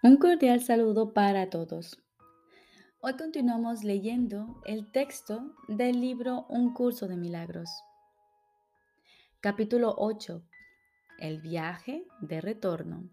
Un cordial saludo para todos. Hoy continuamos leyendo el texto del libro Un curso de milagros. Capítulo 8. El viaje de retorno.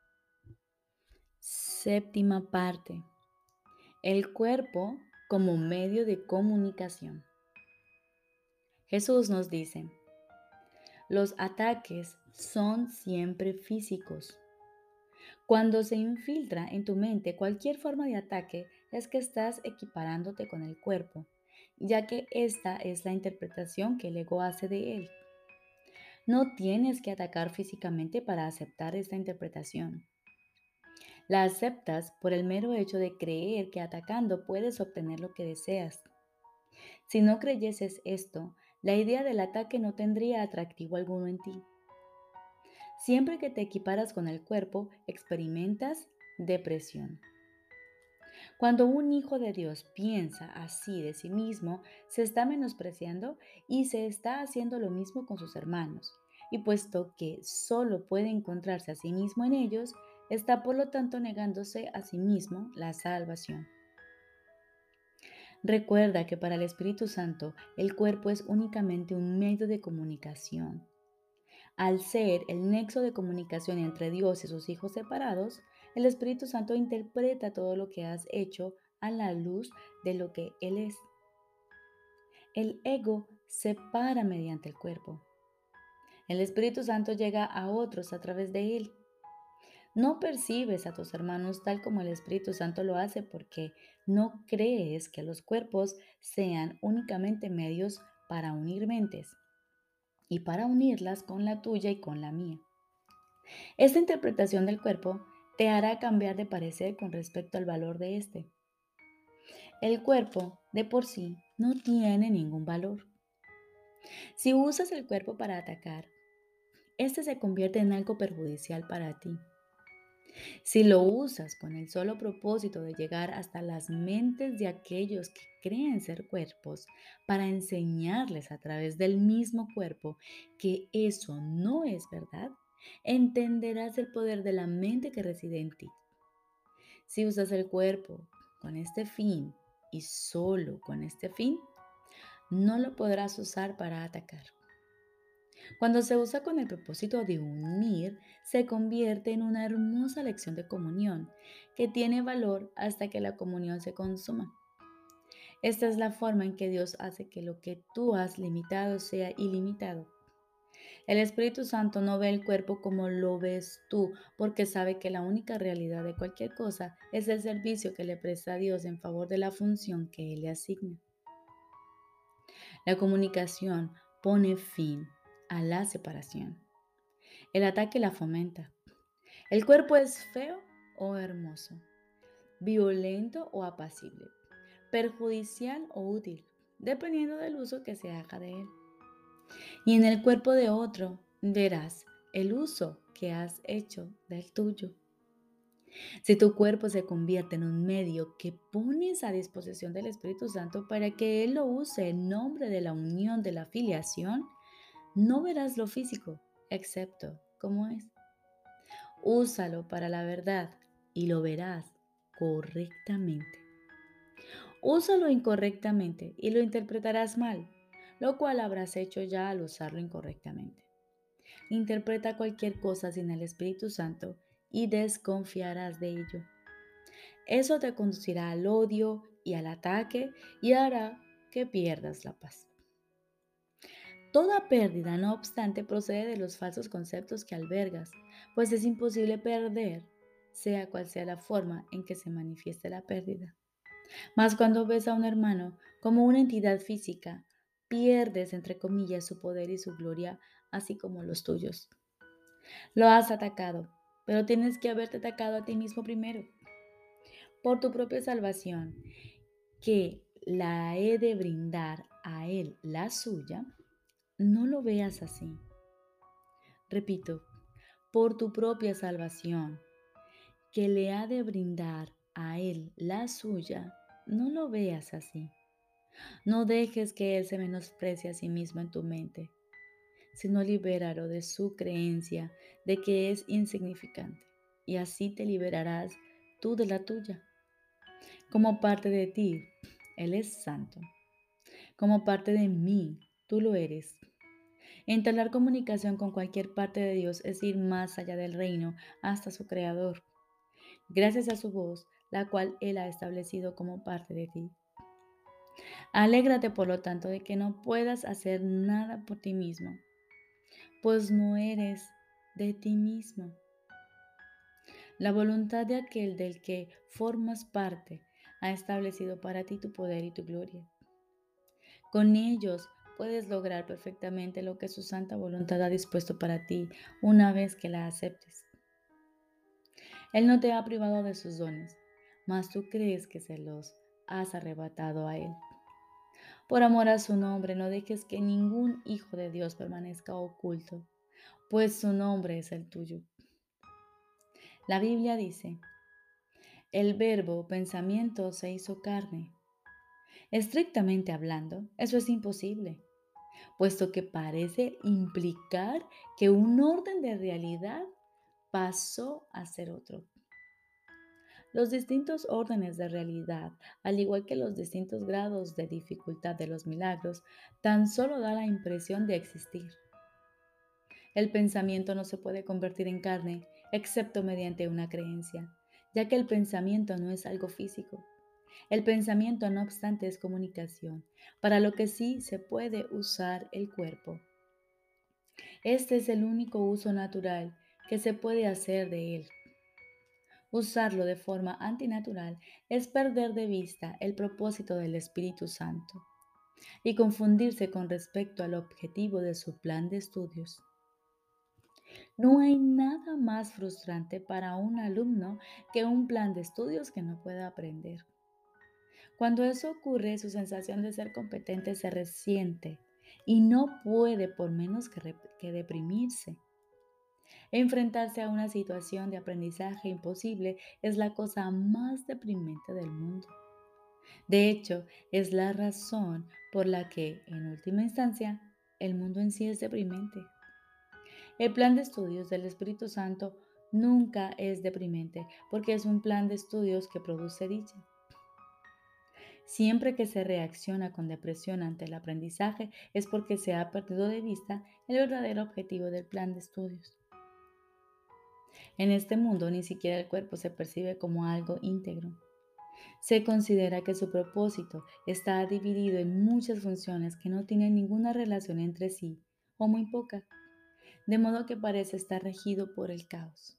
Séptima parte. El cuerpo como medio de comunicación. Jesús nos dice, los ataques son siempre físicos. Cuando se infiltra en tu mente cualquier forma de ataque, es que estás equiparándote con el cuerpo, ya que esta es la interpretación que el ego hace de él. No tienes que atacar físicamente para aceptar esta interpretación. La aceptas por el mero hecho de creer que atacando puedes obtener lo que deseas. Si no creyeses esto, la idea del ataque no tendría atractivo alguno en ti. Siempre que te equiparas con el cuerpo, experimentas depresión. Cuando un hijo de Dios piensa así de sí mismo, se está menospreciando y se está haciendo lo mismo con sus hermanos. Y puesto que solo puede encontrarse a sí mismo en ellos, está por lo tanto negándose a sí mismo la salvación. Recuerda que para el Espíritu Santo el cuerpo es únicamente un medio de comunicación. Al ser el nexo de comunicación entre Dios y sus hijos separados, el Espíritu Santo interpreta todo lo que has hecho a la luz de lo que Él es. El ego se para mediante el cuerpo. El Espíritu Santo llega a otros a través de Él. No percibes a tus hermanos tal como el Espíritu Santo lo hace porque no crees que los cuerpos sean únicamente medios para unir mentes y para unirlas con la tuya y con la mía. Esta interpretación del cuerpo te hará cambiar de parecer con respecto al valor de este. El cuerpo, de por sí, no tiene ningún valor. Si usas el cuerpo para atacar, este se convierte en algo perjudicial para ti. Si lo usas con el solo propósito de llegar hasta las mentes de aquellos que creen ser cuerpos, para enseñarles a través del mismo cuerpo que eso no es verdad, entenderás el poder de la mente que reside en ti. Si usas el cuerpo con este fin y solo con este fin, no lo podrás usar para atacar. Cuando se usa con el propósito de unir, se convierte en una hermosa lección de comunión que tiene valor hasta que la comunión se consuma. Esta es la forma en que Dios hace que lo que tú has limitado sea ilimitado. El Espíritu Santo no ve el cuerpo como lo ves tú, porque sabe que la única realidad de cualquier cosa es el servicio que le presta a Dios en favor de la función que Él le asigna. La comunicación pone fin a la separación. El ataque la fomenta. El cuerpo es feo o hermoso, violento o apacible, perjudicial o útil, dependiendo del uso que se haga de él. Y en el cuerpo de otro verás el uso que has hecho del tuyo. Si tu cuerpo se convierte en un medio que pones a disposición del Espíritu Santo para que Él lo use en nombre de la unión de la filiación, no verás lo físico, excepto como es. Úsalo para la verdad y lo verás correctamente. Úsalo incorrectamente y lo interpretarás mal, lo cual habrás hecho ya al usarlo incorrectamente. Interpreta cualquier cosa sin el Espíritu Santo y desconfiarás de ello. Eso te conducirá al odio y al ataque y hará que pierdas la paz. Toda pérdida, no obstante, procede de los falsos conceptos que albergas, pues es imposible perder, sea cual sea la forma en que se manifieste la pérdida. Mas cuando ves a un hermano como una entidad física, pierdes, entre comillas, su poder y su gloria, así como los tuyos. Lo has atacado, pero tienes que haberte atacado a ti mismo primero, por tu propia salvación, que la he de brindar a él la suya. No lo veas así. Repito, por tu propia salvación, que le ha de brindar a él la suya, no lo veas así. No dejes que él se menosprecie a sí mismo en tu mente, sino libéralo de su creencia de que es insignificante, y así te liberarás tú de la tuya. Como parte de ti, Él es santo. Como parte de mí, tú lo eres. Entablar comunicación con cualquier parte de Dios es ir más allá del reino hasta su creador, gracias a su voz, la cual Él ha establecido como parte de ti. Alégrate, por lo tanto, de que no puedas hacer nada por ti mismo, pues no eres de ti mismo. La voluntad de aquel del que formas parte ha establecido para ti tu poder y tu gloria. Con ellos puedes lograr perfectamente lo que su santa voluntad ha dispuesto para ti una vez que la aceptes. Él no te ha privado de sus dones, mas tú crees que se los has arrebatado a Él. Por amor a su nombre, no dejes que ningún hijo de Dios permanezca oculto, pues su nombre es el tuyo. La Biblia dice, el verbo pensamiento se hizo carne. Estrictamente hablando, eso es imposible, puesto que parece implicar que un orden de realidad pasó a ser otro. Los distintos órdenes de realidad, al igual que los distintos grados de dificultad de los milagros, tan solo da la impresión de existir. El pensamiento no se puede convertir en carne excepto mediante una creencia, ya que el pensamiento no es algo físico. El pensamiento, no obstante, es comunicación, para lo que sí se puede usar el cuerpo. Este es el único uso natural que se puede hacer de él. Usarlo de forma antinatural es perder de vista el propósito del Espíritu Santo y confundirse con respecto al objetivo de su plan de estudios. No hay nada más frustrante para un alumno que un plan de estudios que no pueda aprender. Cuando eso ocurre, su sensación de ser competente se resiente y no puede por menos que deprimirse. Enfrentarse a una situación de aprendizaje imposible es la cosa más deprimente del mundo. De hecho, es la razón por la que, en última instancia, el mundo en sí es deprimente. El plan de estudios del Espíritu Santo nunca es deprimente porque es un plan de estudios que produce dicha. Siempre que se reacciona con depresión ante el aprendizaje es porque se ha perdido de vista el verdadero objetivo del plan de estudios. En este mundo ni siquiera el cuerpo se percibe como algo íntegro. Se considera que su propósito está dividido en muchas funciones que no tienen ninguna relación entre sí, o muy poca, de modo que parece estar regido por el caos.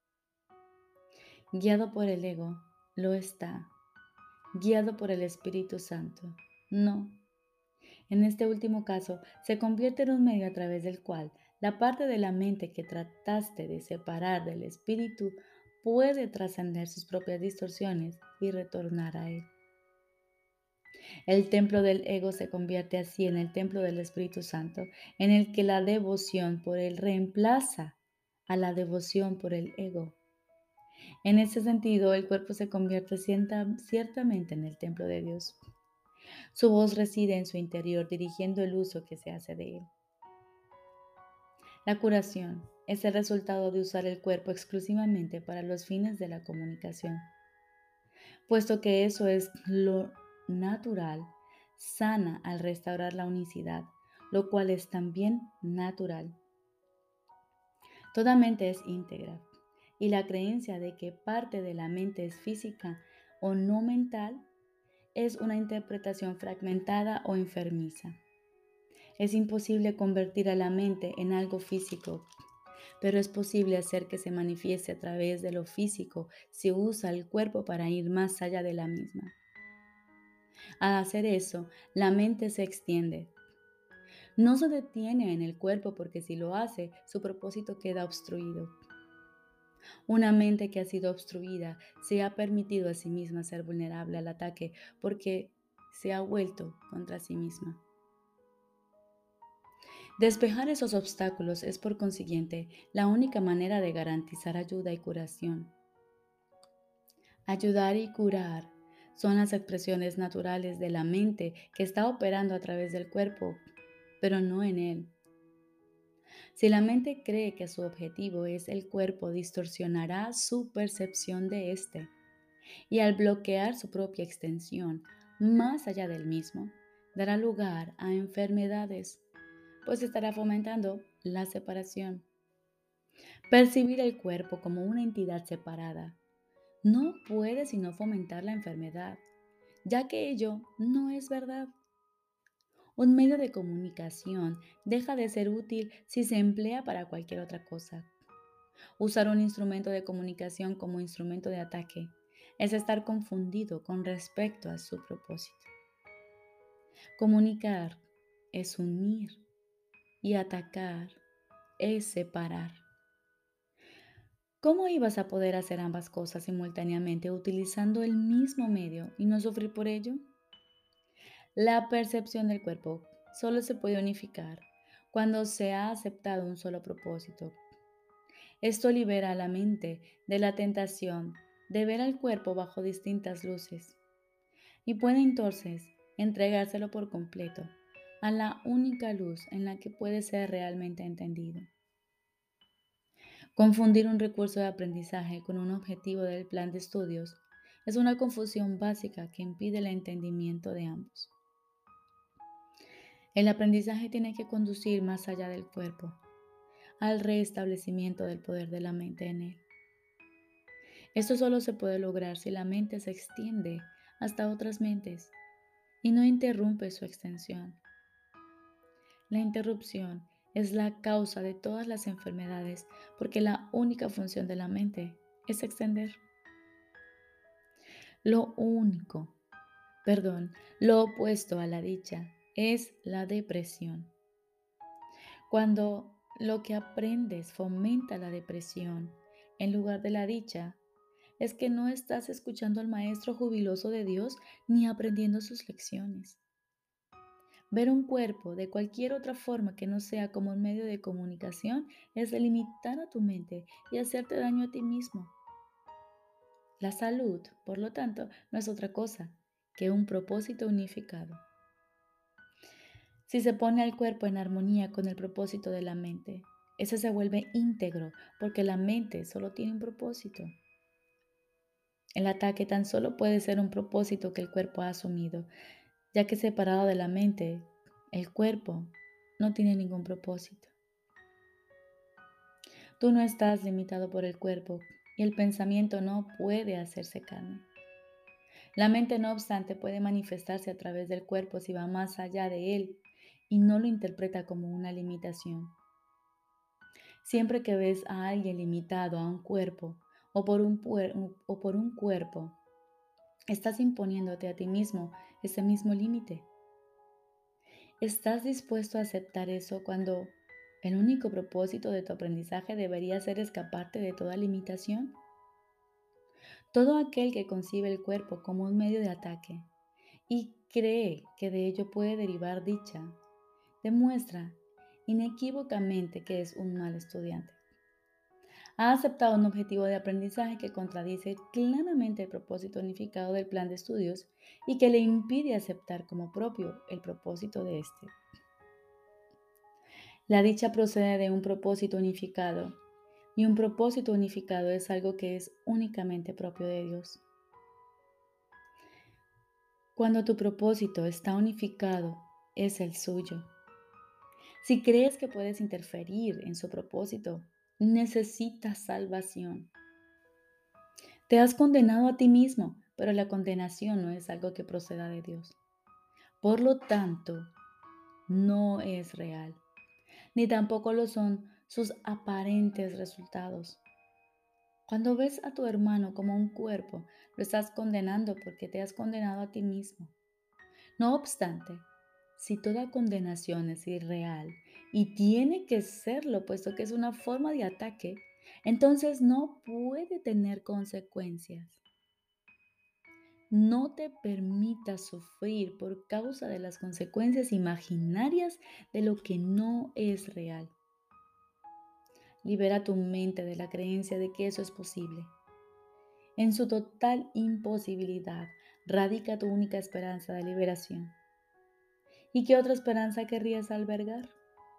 Guiado por el ego, lo está. Guiado por el Espíritu Santo, no. En este último caso, se convierte en un medio a través del cual la parte de la mente que trataste de separar del espíritu puede trascender sus propias distorsiones y retornar a él. El templo del ego se convierte así en el templo del Espíritu Santo, en el que la devoción por él reemplaza a la devoción por el ego. En ese sentido, el cuerpo se convierte ciertamente en el templo de Dios. Su voz reside en su interior, dirigiendo el uso que se hace de él. La curación es el resultado de usar el cuerpo exclusivamente para los fines de la comunicación. Puesto que eso es lo natural, sana al restaurar la unicidad, lo cual es también natural. Toda mente es íntegra, y la creencia de que parte de la mente es física o no mental es una interpretación fragmentada o enfermiza. Es imposible convertir a la mente en algo físico, pero es posible hacer que se manifieste a través de lo físico si usa el cuerpo para ir más allá de la misma. Al hacer eso, la mente se extiende. No se detiene en el cuerpo porque si lo hace, su propósito queda obstruido. Una mente que ha sido obstruida se ha permitido a sí misma ser vulnerable al ataque porque se ha vuelto contra sí misma. Despejar esos obstáculos es, por consiguiente, la única manera de garantizar ayuda y curación. Ayudar y curar son las expresiones naturales de la mente que está operando a través del cuerpo, pero no en él. Si la mente cree que su objetivo es el cuerpo, distorsionará su percepción de éste. y al bloquear su propia extensión más allá del mismo, dará lugar a enfermedades, pues estará fomentando la separación. Percibir el cuerpo como una entidad separada no puede sino fomentar la enfermedad, ya que ello no es verdad. Un medio de comunicación deja de ser útil si se emplea para cualquier otra cosa. Usar un instrumento de comunicación como instrumento de ataque es estar confundido con respecto a su propósito. Comunicar es unir y atacar es separar. ¿Cómo ibas a poder hacer ambas cosas simultáneamente utilizando el mismo medio y no sufrir por ello? La percepción del cuerpo solo se puede unificar cuando se ha aceptado un solo propósito. Esto libera a la mente de la tentación de ver al cuerpo bajo distintas luces y puede entonces entregárselo por completo a la única luz en la que puede ser realmente entendido. Confundir un recurso de aprendizaje con un objetivo del plan de estudios es una confusión básica que impide el entendimiento de ambos. El aprendizaje tiene que conducir más allá del cuerpo, al restablecimiento del poder de la mente en él. Esto solo se puede lograr si la mente se extiende hasta otras mentes y no interrumpe su extensión. La interrupción es la causa de todas las enfermedades porque la única función de la mente es extender. Lo único, lo opuesto a la dicha es la depresión. Cuando lo que aprendes fomenta la depresión en lugar de la dicha, es que no estás escuchando al maestro jubiloso de Dios ni aprendiendo sus lecciones. Ver un cuerpo de cualquier otra forma que no sea como un medio de comunicación es limitar a tu mente y hacerte daño a ti mismo. La salud, por lo tanto, no es otra cosa que un propósito unificado. Si se pone al cuerpo en armonía con el propósito de la mente, ese se vuelve íntegro porque la mente solo tiene un propósito. El ataque tan solo puede ser un propósito que el cuerpo ha asumido, ya que separado de la mente, el cuerpo no tiene ningún propósito. Tú no estás limitado por el cuerpo y el pensamiento no puede hacerse carne. La mente, no obstante, puede manifestarse a través del cuerpo si va más allá de él y no lo interpreta como una limitación. Siempre que ves a alguien limitado a un cuerpo o por un cuerpo, estás imponiéndote a ti mismo ese mismo límite. ¿Estás dispuesto a aceptar eso cuando el único propósito de tu aprendizaje debería ser escaparte de toda limitación? Todo aquel que concibe el cuerpo como un medio de ataque y cree que de ello puede derivar dicha, demuestra inequívocamente que es un mal estudiante. Ha aceptado un objetivo de aprendizaje que contradice claramente el propósito unificado del plan de estudios y que le impide aceptar como propio el propósito de este. La dicha procede de un propósito unificado, y un propósito unificado es algo que es únicamente propio de Dios. Cuando tu propósito está unificado, es el suyo. Si crees que puedes interferir en su propósito, necesitas salvación. Te has condenado a ti mismo, pero la condenación no es algo que proceda de Dios. Por lo tanto, no es real, ni tampoco lo son sus aparentes resultados. Cuando ves a tu hermano como un cuerpo, lo estás condenando porque te has condenado a ti mismo. No obstante, si toda condenación es irreal y tiene que serlo puesto que es una forma de ataque, entonces no puede tener consecuencias. No te permitas sufrir por causa de las consecuencias imaginarias de lo que no es real. Libera tu mente de la creencia de que eso es posible. En su total imposibilidad radica tu única esperanza de liberación. ¿Y qué otra esperanza querrías albergar?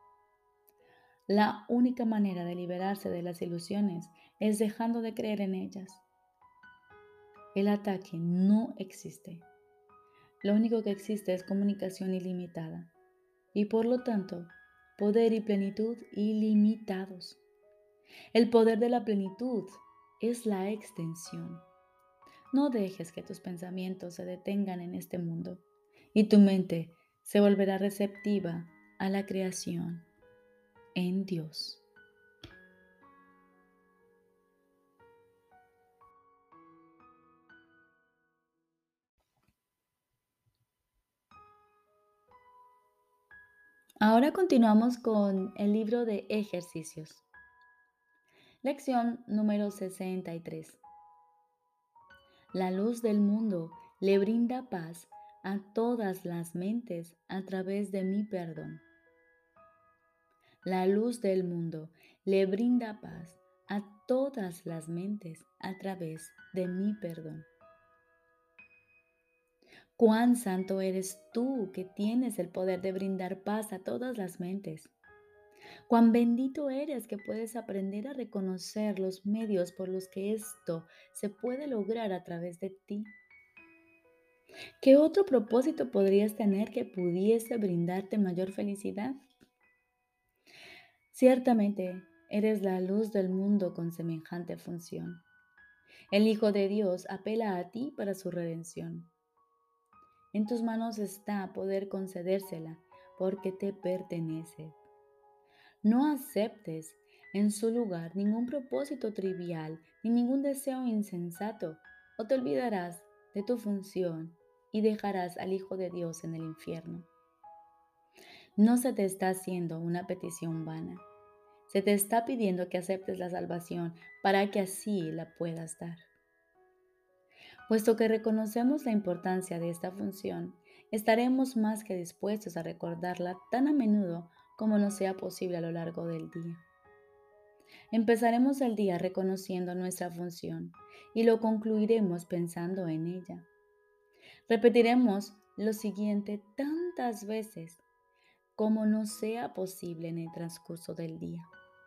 La única manera de liberarse de las ilusiones es dejando de creer en ellas. El ataque no existe. Lo único que existe es comunicación ilimitada y por lo tanto, poder y plenitud ilimitados. El poder de la plenitud es la extensión. No dejes que tus pensamientos se detengan en este mundo y tu mente se volverá receptiva a la creación en Dios. Ahora continuamos con el libro de ejercicios. Lección número 63. La luz del mundo le brinda paz a todas las mentes a través de mi perdón. La luz del mundo le brinda paz a todas las mentes a través de mi perdón. Cuán santo eres tú que tienes el poder de brindar paz a todas las mentes. Cuán bendito eres que puedes aprender a reconocer los medios por los que esto se puede lograr a través de ti. ¿Qué otro propósito podrías tener que pudiese brindarte mayor felicidad? Ciertamente, eres la luz del mundo con semejante función. El Hijo de Dios apela a ti para su redención. En tus manos está poder concedérsela porque te pertenece. No aceptes en su lugar ningún propósito trivial ni ningún deseo insensato, o te olvidarás de tu función y dejarás al Hijo de Dios en el infierno. No se te está haciendo una petición vana. Se te está pidiendo que aceptes la salvación para que así la puedas dar. Puesto que reconocemos la importancia de esta función, estaremos más que dispuestos a recordarla tan a menudo como nos sea posible a lo largo del día. Empezaremos el día reconociendo nuestra función y lo concluiremos pensando en ella. Repetiremos lo siguiente tantas veces como nos sea posible en el transcurso del día.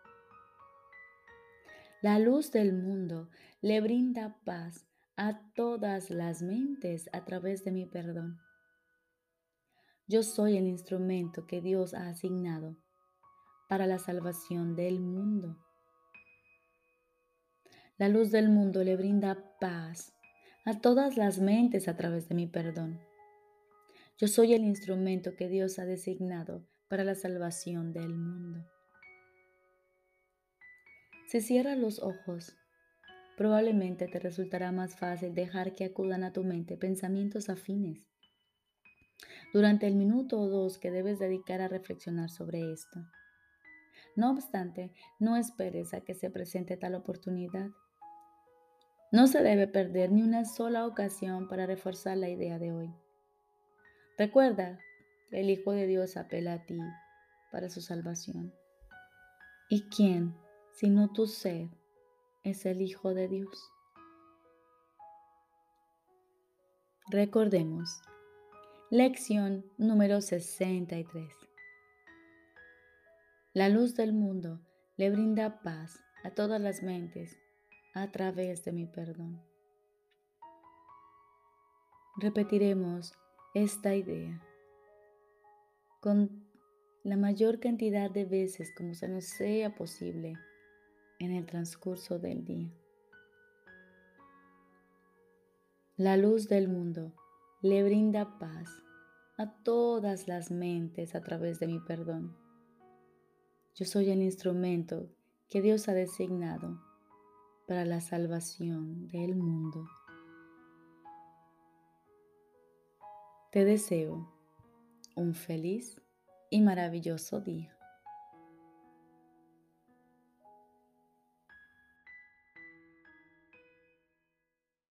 La luz del mundo le brinda paz a todas las mentes a través de mi perdón. Yo soy el instrumento que Dios ha asignado para la salvación del mundo. La luz del mundo le brinda paz a todas las mentes a través de mi perdón. Yo soy el instrumento que Dios ha designado para la salvación del mundo. Si cierras los ojos, probablemente te resultará más fácil dejar que acudan a tu mente pensamientos afines. Durante el minuto o dos que debes dedicar a reflexionar sobre esto. No obstante, no esperes a que se presente tal oportunidad. No se debe perder ni una sola ocasión para reforzar la idea de hoy. Recuerda que el Hijo de Dios apela a ti para su salvación. ¿Y quién, sino tu ser, es el Hijo de Dios? Recordemos, lección número 63. La luz del mundo le brinda paz a todas las mentes a través de mi perdón. Repetiremos esta idea con la mayor cantidad de veces como se nos sea posible en el transcurso del día. La luz del mundo le brinda paz a todas las mentes a través de mi perdón. Yo soy el instrumento que Dios ha designado para la salvación del mundo. Te deseo un feliz y maravilloso día.